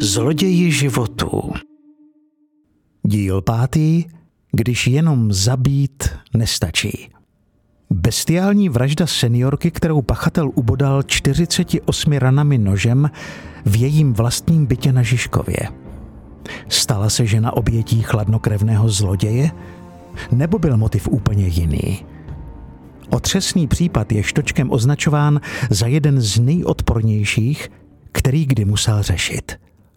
Zloději životů. Díl 5. Když jenom zabít nestačí. Bestiální vražda seniorky, kterou pachatel ubodal 48 ranami nožem v jejím vlastním bytě na Žižkově. Stala se žena obětí chladnokrevného zloděje? Nebo byl motiv úplně jiný? Otřesný případ je Štočkem označován za jeden z nejodpornějších, který kdy musel řešit.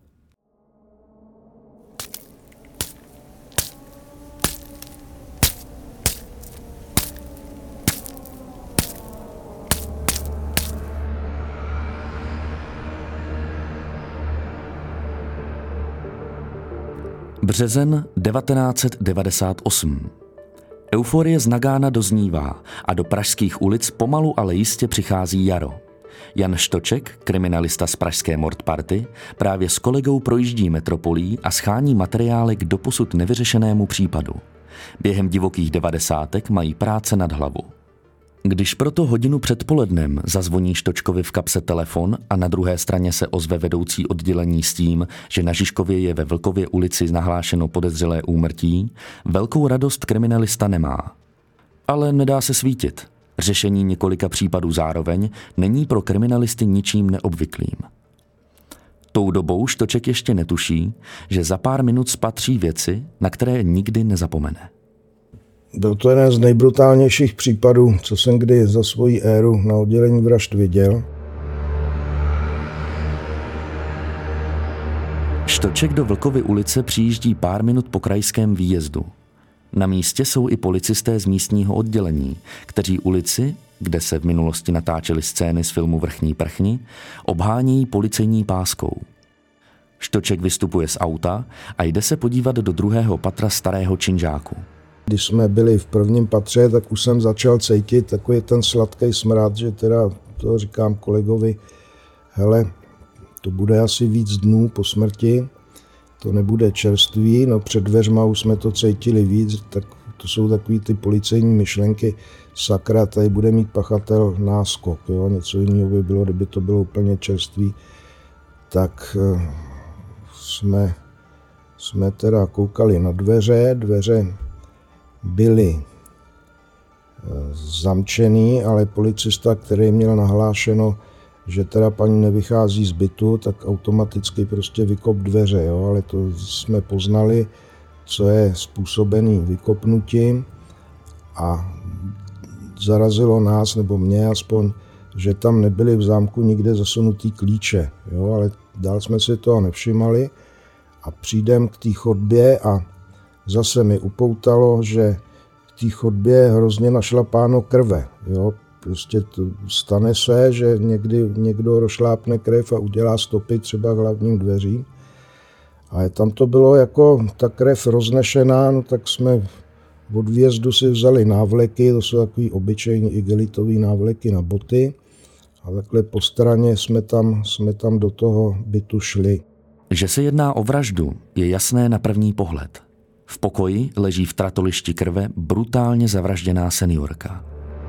Březen 1998. Euforie z Nagána doznívá a do pražských ulic pomalu, ale jistě přichází jaro. Jan Štoček, kriminalista z pražské Mordparty, právě s kolegou projíždí metropolí a schání materiály k doposud nevyřešenému případu. Během divokých 90. mají práce nad hlavu. Když proto hodinu před polednem zazvoní Štočkovi v kapse telefon a na druhé straně se ozve vedoucí oddělení s tím, že na Žižkově je ve Vlkově ulici nahlášeno podezřelé úmrtí, velkou radost kriminalista nemá. Ale nedá se svítit. Řešení několika případů zároveň není pro kriminalisty ničím neobvyklým. Tou dobou Štoček ještě netuší, že za pár minut spatří věci, na které nikdy nezapomene. Byl to jeden z nejbrutálnějších případů, co jsem kdy za svoji éru na oddělení vražd viděl. Štoček do Vlkovy ulice přijíždí pár minut po krajském výjezdu. Na místě jsou i policisté z místního oddělení, kteří ulici, kde se v minulosti natáčely scény z filmu Vrchní prchni, obhánějí policejní páskou. Štoček vystupuje z auta a jde se podívat do druhého patra starého činžáku. Když jsme byli v prvním patře, tak už jsem začal cítit takový ten sladký smrad, že teda to říkám kolegovi, hele, to bude asi víc dnů po smrti, to nebude čerství, no před dveřma už jsme to cítili víc, tak to jsou takový ty policejní myšlenky, sakra, tady bude mít pachatel náskok, jo? Něco jiného by bylo, kdyby to bylo úplně čerství, tak jsme teda koukali na dveře byly zamčený, ale policista, který měl nahlášeno, že teda paní nevychází z bytu, tak automaticky prostě vykop dveře, jo? Ale to jsme poznali, co je způsobený vykopnutím a zarazilo nás, nebo mě aspoň, že tam nebyly v zámku nikde zasunutý klíče, jo? Ale dál jsme si toho nevšimali a přijdem k té chodbě a zase mi upoutalo, že v té chodbě hrozně našlapáno krve. Jo? Prostě to stane se, že někdy někdo rozšlápne krev a udělá stopy třeba k hlavním dveřím. A tam to bylo jako ta krev roznešená, no tak jsme od výjezdu si vzali návleky, to jsou takový obyčejní igelitový návleky na boty. A takhle po straně jsme tam do toho bytu šli. Že se jedná o vraždu, je jasné na první pohled. V pokoji leží v tratolišti krve brutálně zavražděná seniorka.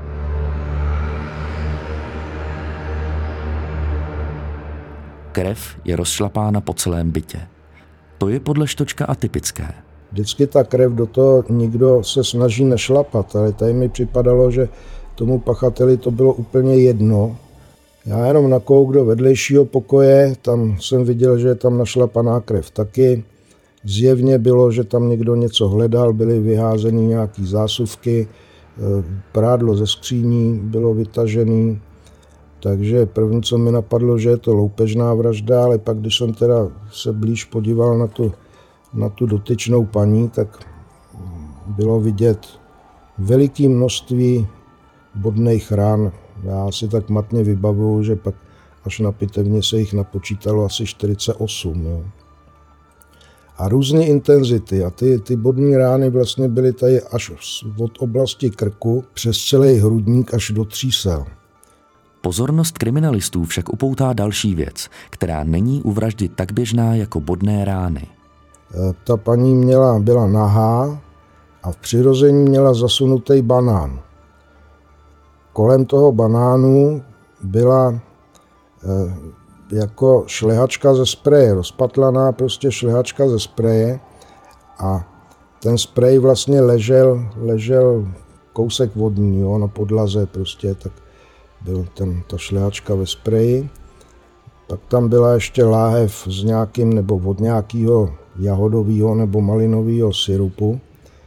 Krev je rozšlapána po celém bytě. To je podle Štočka atypické. Vždycky ta krev do toho nikdo se snaží nešlapat, ale tady mi připadalo, že tomu pachateli to bylo úplně jedno. Já jenom nakouk do vedlejšího pokoje, tam jsem viděl, že je tam našlapaná krev taky. Zjevně bylo, že tam někdo něco hledal, byly vyházeny nějaké zásuvky, prádlo ze skříní bylo vytažené. Takže první, co mi napadlo, že je to loupežná vražda, ale pak, když jsem teda se blíž podíval na tu dotyčnou paní, tak bylo vidět veliké množství bodných ran. Já si tak matně vybavuju, že pak až na pitevně se jich napočítalo asi 48. Jo. A různé intenzity. A ty bodné rány vlastně byly tady až od oblasti krku přes celý hrudník až do třísel. Pozornost kriminalistů však upoutá další věc, která není u vraždy tak běžná jako bodné rány. Ta paní byla nahá a v přirození měla zasunutý banán. Kolem toho banánu byla jako šlehačka ze spreje, rozpatlaná prostě šlehačka ze spreje a ten sprej vlastně ležel kousek vodní, jo, na podlaze prostě, tak byl ta šlehačka ve spreji. Pak tam byla ještě láhev s nějakým, nebo od nějakého jahodového nebo malinového syrupu.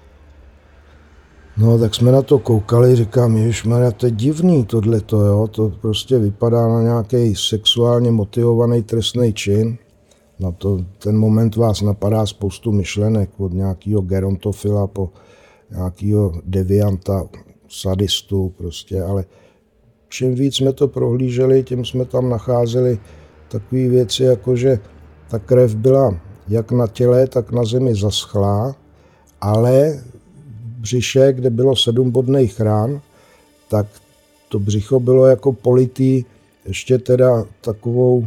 No, tak jsme na to koukali, říkám, ježišmarja, to je divný tohleto, jo, to prostě vypadá na nějaký sexuálně motivovaný trestný čin. Na to ten moment vás napadá spoustu myšlenek, od nějakého gerontofila po nějakého devianta, sadistu prostě, ale čím víc jsme to prohlíželi, tím jsme tam nacházeli takové věci, jako že ta krev byla jak na těle, tak na zemi zaschlá, ale břiše, kde bylo 7 bodných rán, tak to břicho bylo jako politý ještě teda takovou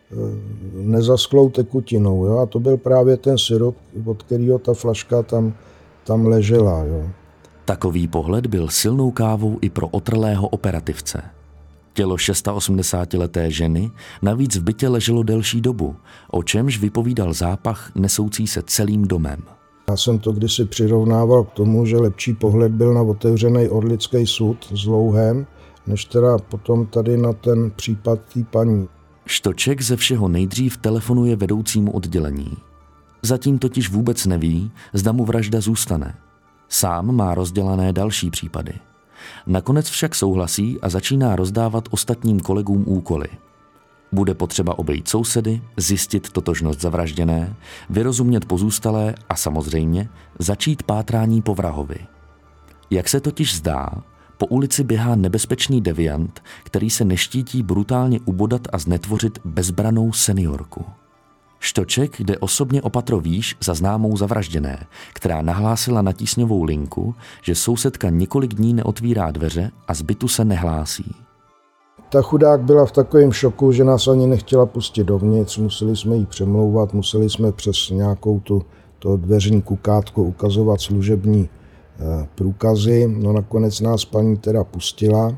nezasklou tekutinou. Jo? A to byl právě ten syrup, od kterého ta flaška tam ležela. Jo? Takový pohled byl silnou kávou i pro otrlého operativce. Tělo 86leté ženy navíc v bytě leželo delší dobu, o čemž vypovídal zápach nesoucí se celým domem. Já jsem to kdysi přirovnával k tomu, že lepší pohled byl na otevřený Orlický sud s louhem, než teda potom tady na ten případ té paní. Štoček ze všeho nejdřív telefonuje vedoucímu oddělení. Zatím totiž vůbec neví, zda mu vražda zůstane. Sám má rozdělané další případy. Nakonec však souhlasí a začíná rozdávat ostatním kolegům úkoly. Bude potřeba obejít sousedy, zjistit totožnost zavražděné, vyrozumět pozůstalé a samozřejmě začít pátrání po vrahovi. Jak se totiž zdá, po ulici běhá nebezpečný deviant, který se neštítí brutálně ubodat a znetvořit bezbranou seniorku. Štoček jde osobně o patro výš za známou zavražděné, která nahlásila na tísňovou linku, že sousedka několik dní neotvírá dveře a z bytu se nehlásí. Ta chudák byla v takovém šoku, že nás ani nechtěla pustit dovnitř, museli jsme jí přemlouvat, museli jsme přes nějakou to dveřní kukátko ukazovat služební průkazy. No nakonec nás paní teda pustila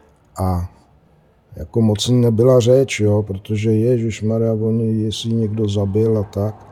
a jako moc nebyla řeč, jo, protože ježišmarja, oni, jestli někdo zabil a tak.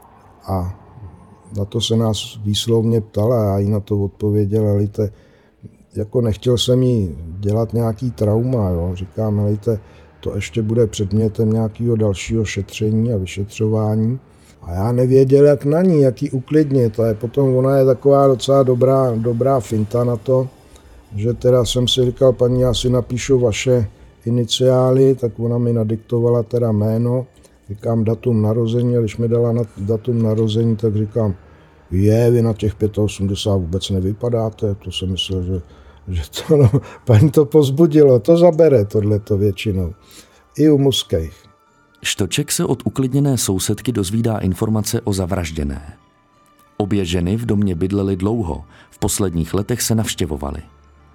A na to se nás výslovně ptala, já jí na to odpověděl, helejte, jako nechtěl jsem jí dělat nějaký trauma, jo. Říkám, helejte, to ještě bude předmětem nějakého dalšího šetření a vyšetřování. A já nevěděl, jak na ní, jak ji uklidnit. A potom ona je taková docela dobrá finta na to, že teda jsem si říkal, paní, já si napíšu vaše iniciály, tak ona mi nadiktovala teda jméno, říkám datum narození, a když mi dala datum narození, tak říkám, vy na těch 85 vůbec nevypadáte, to jsem myslel, že to, no, paní to pozbudilo, to zabere tohleto většinou, i u mužských. Štoček se od uklidněné sousedky dozvídá informace o zavražděné. Obě ženy v domě bydlely dlouho, v posledních letech se navštěvovaly.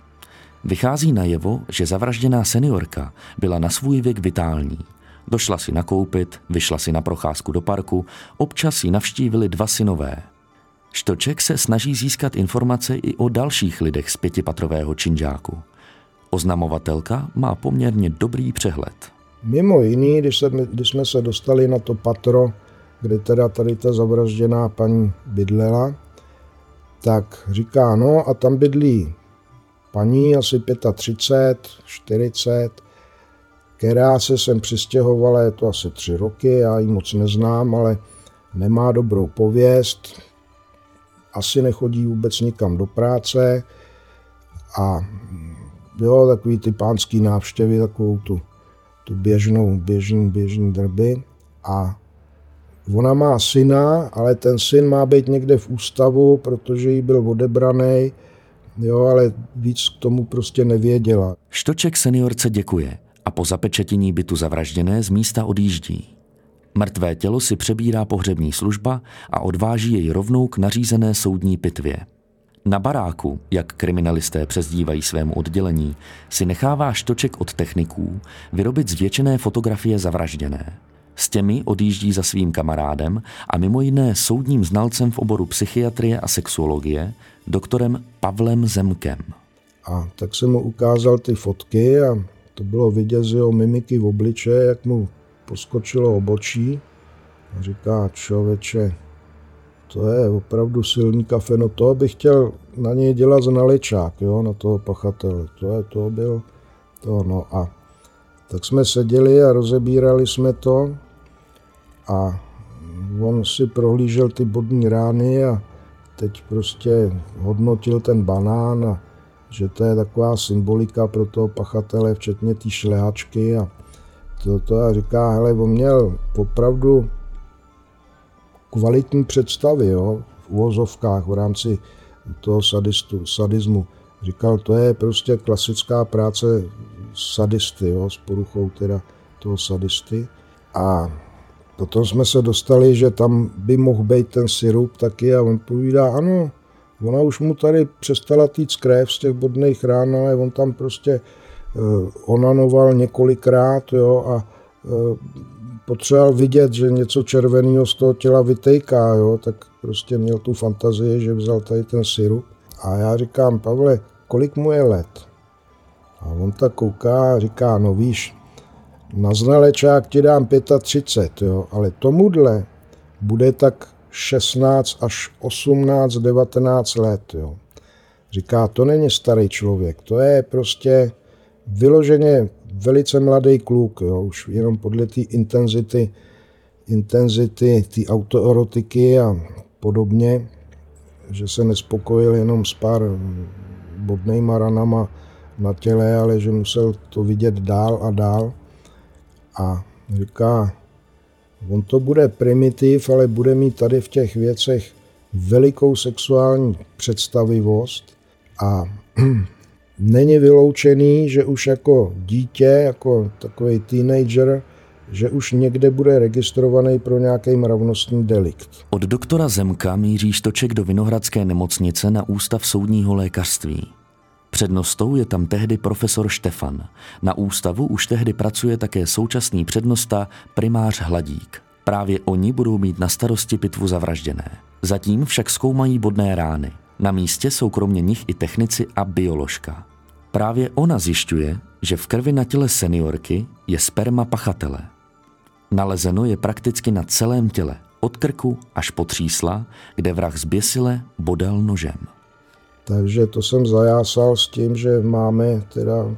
Vychází najevo, že zavražděná seniorka byla na svůj věk vitální. Došla si nakoupit, vyšla si na procházku do parku, občas ji navštívili 2 synové. Štoček se snaží získat informace i o dalších lidech z 5patrového činžáku. Oznamovatelka má poměrně dobrý přehled. Mimo jiný, když jsme se dostali na to patro, kde teda tady ta zavražděná paní bydlela, tak říká, no a tam bydlí paní asi 35, 40, která se sem přistěhovala, je to asi 3 roky, já ji moc neznám, ale nemá dobrou pověst, asi nechodí vůbec nikam do práce a jo, takový ty pánský návštěvy, takovou tu běžný drby a ona má syna, ale ten syn má být někde v ústavu, protože jí byl odebraný, jo, ale víc k tomu prostě nevěděla. Štoček seniorce děkuje a po zapečetění bytu zavražděné z místa odjíždí. Mrtvé tělo si přebírá pohřební služba a odváží jej rovnou k nařízené soudní pitvě. Na baráku, jak kriminalisté přezdívají svému oddělení, si nechává Štoček od techniků vyrobit zvětšené fotografie zavražděné. S těmi odjíždí za svým kamarádem a mimo jiné soudním znalcem v oboru psychiatrie a sexuologie, doktorem Pavlem Zemkem. A tak jsem mu ukázal ty fotky a to bylo vidět z jeho mimiky v obličeji, jak mu poskočilo obočí a říká, člověče, to je opravdu silný kafe, no to bych chtěl na něj dělat znalečák, jo, na toho pachatele, to byl to, no a tak jsme seděli a rozebírali jsme to a on si prohlížel ty bodní rány a teď prostě hodnotil ten banán a že to je taková symbolika pro toho pachatele, včetně té šlehačky a to a říká, hele, on měl opravdu kvalitní představy, jo, v uvozovkách v rámci toho sadismu. Říkal, to je prostě klasická práce sadisty, jo, s poruchou teda toho sadisty. A potom jsme se dostali, že tam by mohl být ten sirup taky a on povídá, ano, ona už mu tady přestala týct krev z těch bodných rán, ale on tam prostě onanoval několikrát, jo, a potřeboval vidět, že něco červeného z toho těla vytejká, jo, tak prostě měl tu fantazii, že vzal tady ten sirup. A já říkám, Pavle, kolik mu je let? A on tak kouká a říká, no víš, na znalečák ti dám 35, jo, ale tomuhle bude tak 16 až 18, 19 let. Jo. Říká, to není starý člověk, to je prostě vyloženě velice mladý kluk, jo, už jenom podle té intenzity té autoerotiky a podobně, že se nespokojil jenom s pár bodnejma ranama na těle, ale že musel to vidět dál a dál. A říká, on to bude primitiv, ale bude mít tady v těch věcech velikou sexuální představivost a není vyloučený, že už jako dítě, jako takový teenager, že už někde bude registrovaný pro nějaký mravnostní delikt. Od doktora Zemka míří Štoček do Vinohradské nemocnice na Ústav soudního lékařství. Přednostou je tam tehdy profesor Štefan. Na ústavu už tehdy pracuje také současný přednosta primář Hladík. Právě oni budou mít na starosti pitvu zavražděné. Zatím však zkoumají bodné rány. Na místě jsou kromě nich i technici a bioložka. Právě ona zjišťuje, že v krvi na těle seniorky je sperma pachatele. Nalezeno je prakticky na celém těle, od krku až po třísla, kde vrah zběsile bodal nožem. Takže to jsem zajásal s tím, že máme teda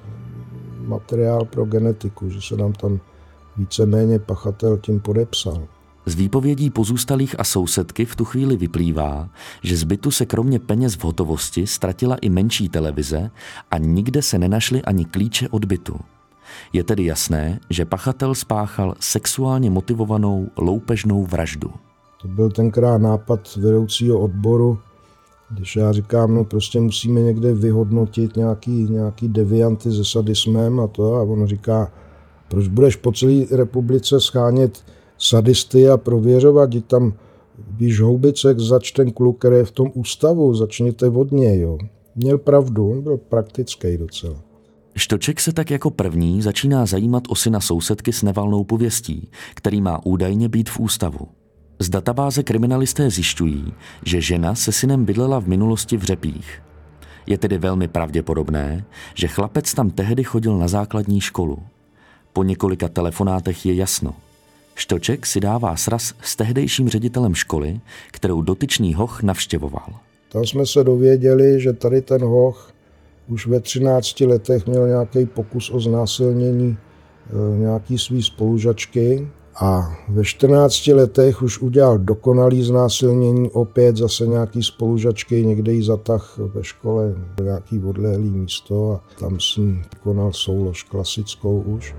materiál pro genetiku, že se nám tam víceméně pachatel tím podepsal. Z výpovědí pozůstalých a sousedky v tu chvíli vyplývá, že z bytu se kromě peněz v hotovosti ztratila i menší televize a nikde se nenašly ani klíče od bytu. Je tedy jasné, že pachatel spáchal sexuálně motivovanou loupežnou vraždu. To byl tenkrát nápad vedoucího odboru, když já říkám, no prostě musíme někde vyhodnotit nějaký devianty se sadismem a to, a on říká, proč budeš po celé republice schánět sadisty a prověřovat, že tam, víš, Houbicek, zač ten kluk, který je v tom ústavu, začněte od něj, jo. Měl pravdu, on byl praktický docela. Štoček se tak jako první začíná zajímat o syna sousedky s nevalnou pověstí, který má údajně být v ústavu. Z databáze kriminalisté zjišťují, že žena se synem bydlela v minulosti v Řepích. Je tedy velmi pravděpodobné, že chlapec tam tehdy chodil na základní školu. Po několika telefonátech je jasno. Štoček si dává sraz s tehdejším ředitelem školy, kterou dotyčný hoch navštěvoval. Tam jsme se dověděli, že tady ten hoch už ve 13 letech měl nějaký pokus o znásilnění nějaký svý spolužačky a ve 14 letech už udělal dokonalý znásilnění, opět zase nějaký spolužačky, někde jí zatah ve škole nějaký odlehlý místo a tam s ním konal soulož klasickou už.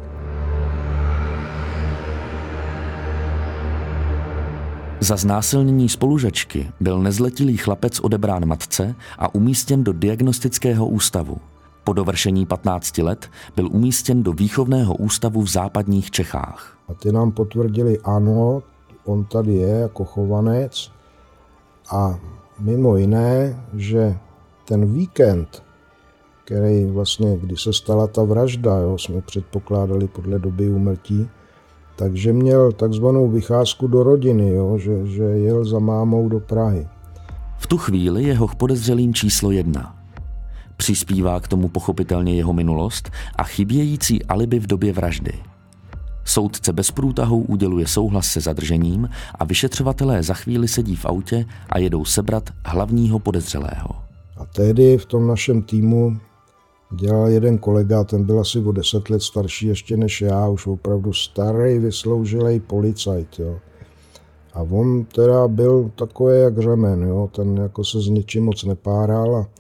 Za znásilnění spolužačky byl nezletilý chlapec odebrán matce a umístěn do diagnostického ústavu. Po dovršení 15 let byl umístěn do výchovného ústavu v západních Čechách. A ty nám potvrdili, ano, on tady je jako chovanec a mimo jiné, že ten víkend, který vlastně, kdy se stala ta vražda, jo, jsme předpokládali podle doby úmrtí, takže měl takzvanou vycházku do rodiny, jo, že jel za mámou do Prahy. V tu chvíli je hoch podezřelým číslo 1. Přispívá k tomu pochopitelně jeho minulost a chybějící alibi v době vraždy. Soudce bez průtahů uděluje souhlas se zadržením a vyšetřovatelé za chvíli sedí v autě a jedou sebrat hlavního podezřelého. A tehdy v tom našem týmu dělal jeden kolega, ten byl asi o 10 let starší ještě než já, už opravdu starý, vysloužilej policajt. Jo. A on teda byl takový jak řemen, jo. Ten jako se s ničím moc nepáral a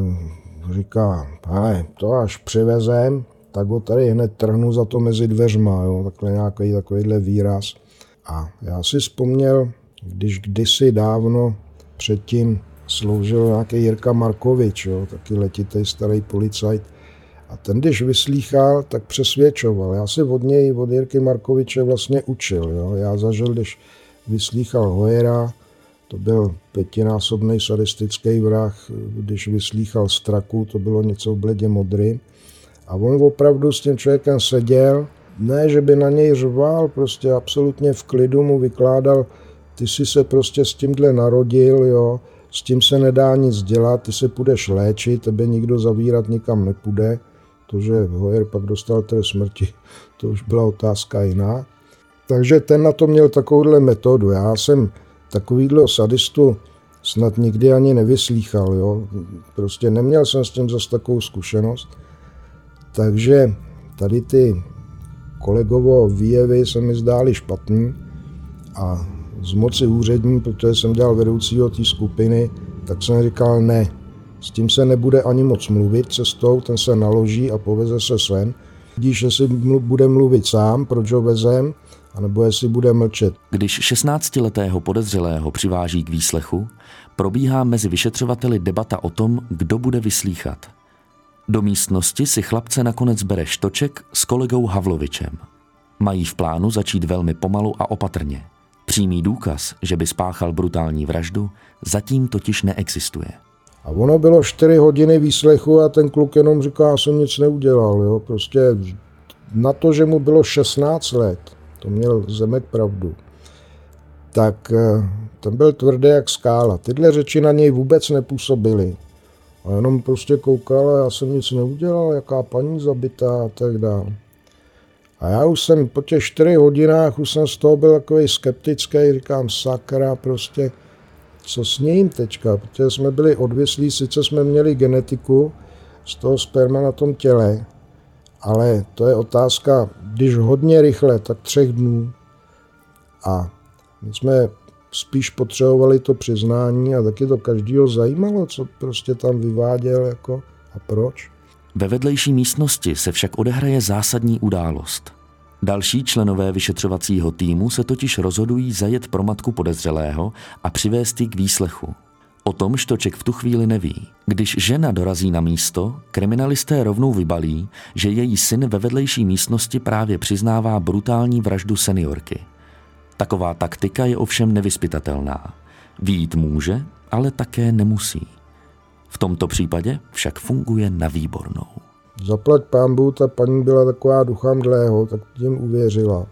říká, hele, to až přivezem, tak ho tady hned trhnu za to mezi dveřma, jo. Takhle nějaký takovýhle výraz. A já si vzpomněl, když kdysi dávno předtím sloužil nějaký Jirka Markovič, jo, taky letitý starý policajt. A ten, když vyslýchal, tak přesvědčoval. Já si od něj, od Jirky Markoviče vlastně učil. Jo. Já zažil, když vyslýchal Hojera, to byl 5násobný sadistický vrah, když vyslýchal Straku, to bylo něco v bledě modrý. A on opravdu s tím člověkem seděl, ne, že by na něj řval, prostě absolutně v klidu mu vykládal, ty jsi se prostě s tímhle narodil, jo, s tím se nedá nic dělat, ty se půjdeš léčit, tebe nikdo zavírat nikam nepůjde. To, že Hojer pak dostal trest smrti, to už byla otázka jiná. Takže ten na to měl takovouhle metodu. Já jsem takovýhle sadistu snad nikdy ani nevyslýchal. Jo. Prostě neměl jsem s tím zase takovou zkušenost. Takže tady ty kolegovo výjevy se mi zdály špatný a z moci úřední, protože jsem dělal vedoucího té skupiny, tak jsem říkal ne. S tím se nebude ani moc mluvit cestou, ten se naloží a poveze se sem. Vidíš, jestli bude mluvit sám, proč ho vezem, anebo jestli bude mlčet. Když 16letého podezřelého přiváží k výslechu, probíhá mezi vyšetřovateli debata o tom, kdo bude vyslýchat. Do místnosti si chlapce nakonec bere Štoček s kolegou Havlovičem. Mají v plánu začít velmi pomalu a opatrně. Přímý důkaz, že by spáchal brutální vraždu, zatím totiž neexistuje. A ono bylo 4 hodiny výslechu a ten kluk jenom říká, já jsem nic neudělal. Jo? Prostě na to, že mu bylo 16 let, to měl Zemek pravdu, tak ten byl tvrdý jak skála. Tyhle řeči na něj vůbec nepůsobily. A jenom prostě koukal, já jsem nic neudělal, jaká paní zabitá a tak dále. A já už jsem po těch 4 hodinách, už jsem z toho byl takový skeptický, říkám sakra, prostě co s ním teďka, protože jsme byli odvislí, sice jsme měli genetiku z toho sperma na tom těle, ale to je otázka, když hodně rychle, tak 3 dnů. A my jsme spíš potřebovali to přiznání a taky to každýho zajímalo, co prostě tam vyváděl jako a proč. Ve vedlejší místnosti se však odehraje zásadní událost. Další členové vyšetřovacího týmu se totiž rozhodují zajet pro matku podezřelého a přivést ji k výslechu. O tom Štoček v tu chvíli neví. Když žena dorazí na místo, kriminalisté rovnou vybalí, že její syn ve vedlejší místnosti právě přiznává brutální vraždu seniorky. Taková taktika je ovšem nevyzpytatelná. Vyjít může, ale také nemusí. V tomto případě však funguje na výbornou. Zaplať pánbůh, ta paní byla taková ducha mdlého, tak tím uvěřila.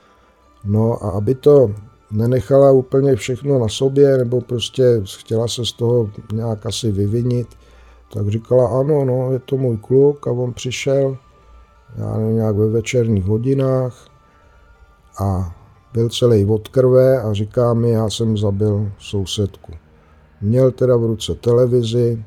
No a aby to nenechala úplně všechno na sobě, nebo prostě chtěla se z toho nějak asi vyvinit, tak říkala ano, no, je to můj kluk a on přišel, já nevím, nějak ve večerních hodinách a byl celý od krve a říká mi, já jsem zabil sousedku. Měl teda v ruce televizi,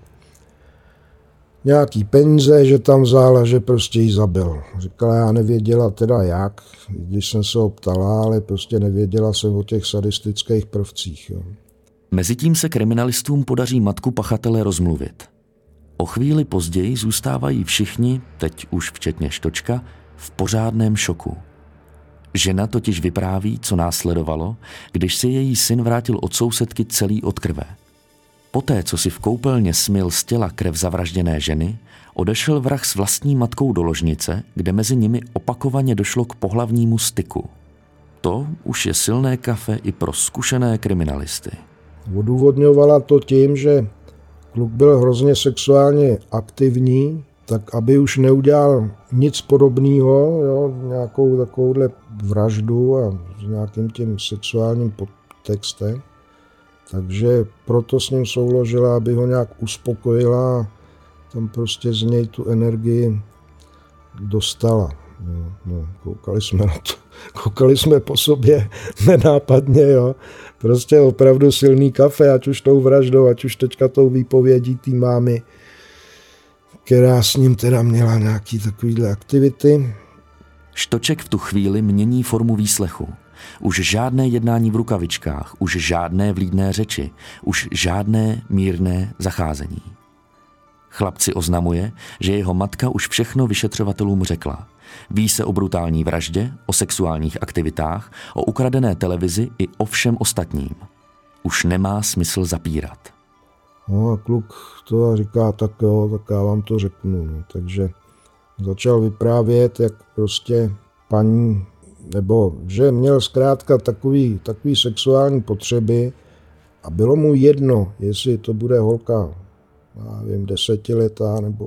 nějaký peníze, že tam vzal a že prostě ji zabil. Říkala, já nevěděla teda jak, když jsem se ho ptala, ale prostě nevěděla jsem o těch sadistických prvcích. Jo. Mezitím se kriminalistům podaří matku pachatele rozmluvit. O chvíli později zůstávají všichni, teď už včetně Štočka, v pořádném šoku. Žena totiž vypráví, co následovalo, když se její syn vrátil od sousedky celý od krve. Poté, co si v koupelně smyl z těla krev zavražděné ženy, odešel vrah s vlastní matkou do ložnice, kde mezi nimi opakovaně došlo k pohlavnímu styku. To už je silné kafe i pro zkušené kriminalisty. Odůvodňovala to tím, že kluk byl hrozně sexuálně aktivní, tak aby už neudělal nic podobného, jo, nějakou takovouhle vraždu a s nějakým tím sexuálním podtextem. Takže proto s ním souložila, aby ho nějak uspokojila a tam prostě z něj tu energii dostala. No, koukali jsme po sobě nenápadně, jo. Prostě opravdu silný kafe, ať už tou vraždou, ať už teďka tou výpovědí té mámy, která s ním teda měla nějaký takovýhle aktivity. Štoček v tu chvíli mění formu výslechu. Už žádné jednání v rukavičkách, už žádné vlídné řeči, už žádné mírné zacházení. Chlapci oznamuje, že jeho matka už všechno vyšetřovatelům řekla. Ví se o brutální vraždě, o sexuálních aktivitách, o ukradené televizi i o všem ostatním. Už nemá smysl zapírat. No a kluk to říká, tak jo, tak já vám to řeknu. No. Takže začal vyprávět, jak prostě paní, nebo že měl zkrátka takový sexuální potřeby a bylo mu jedno, jestli to bude holka, já nevím, 10letá nebo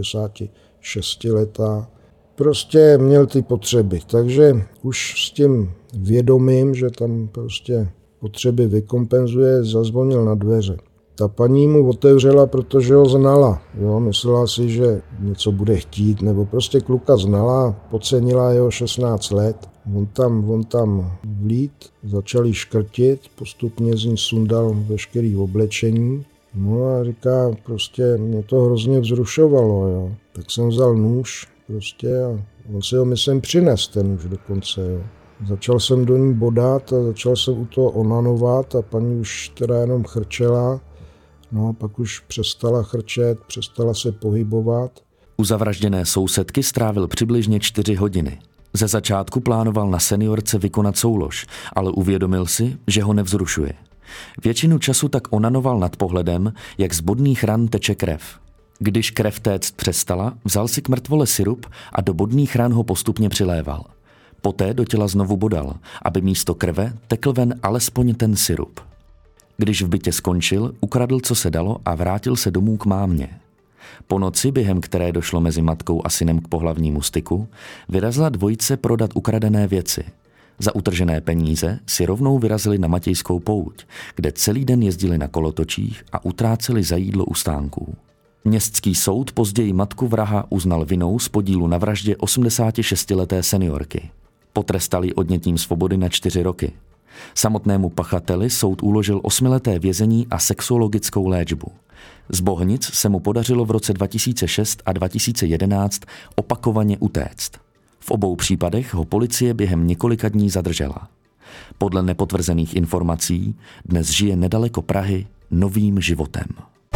86letá. Prostě měl ty potřeby, takže už s tím vědomím, že tam prostě potřeby vykompenzuje, zazvonil na dveře. Ta paní mu otevřela, protože ho znala. Jo, myslela si, že něco bude chtít, nebo prostě kluka znala, podcenila jeho 16 let. On tam vlít, začali škrtit, postupně z ní sundal veškerý oblečení. No a říká, prostě mě to hrozně vzrušovalo, jo. Tak jsem vzal nůž prostě a on si ho myslím přines ten nůž dokonce, jo. Začal jsem do ní bodat a začal jsem u toho onanovat a paní už teda jenom chrčela. No a pak už přestala chrčet, přestala se pohybovat. U zavražděné sousedky strávil přibližně 4 hodiny. Ze začátku plánoval na seniorce vykonat soulož, ale uvědomil si, že ho nevzrušuje. Většinu času tak onanoval nad pohledem, jak z bodných ran teče krev. Když krev téct přestala, vzal si k mrtvole sirup a do bodných ran ho postupně přiléval. Poté do těla znovu bodal, aby místo krve tekl ven alespoň ten sirup. Když v bytě skončil, ukradl, co se dalo a vrátil se domů k mámě. Po noci, během které došlo mezi matkou a synem k pohlavnímu styku, vyrazila dvojice prodat ukradené věci. Za utržené peníze si rovnou vyrazili na Matějskou pouť, kde celý den jezdili na kolotočích a utráceli za jídlo u stánků. Městský soud později matku vraha uznal vinou z podílu na vraždě 86leté seniorky. Potrestal ji odnětím svobody na 4 roky. Samotnému pachateli soud uložil 8leté vězení a sexuologickou léčbu. Z Bohnic se mu podařilo v roce 2006 a 2011 opakovaně utéct. V obou případech ho policie během několika dní zadržela. Podle nepotvrzených informací dnes žije nedaleko Prahy novým životem.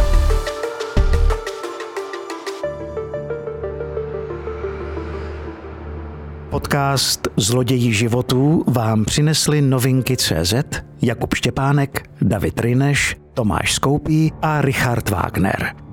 Podcast Zloději životů vám přinesli Novinky.cz, Jakub Štěpánek, David Ryneš, Tomáš Skoupí a Richard Wagner.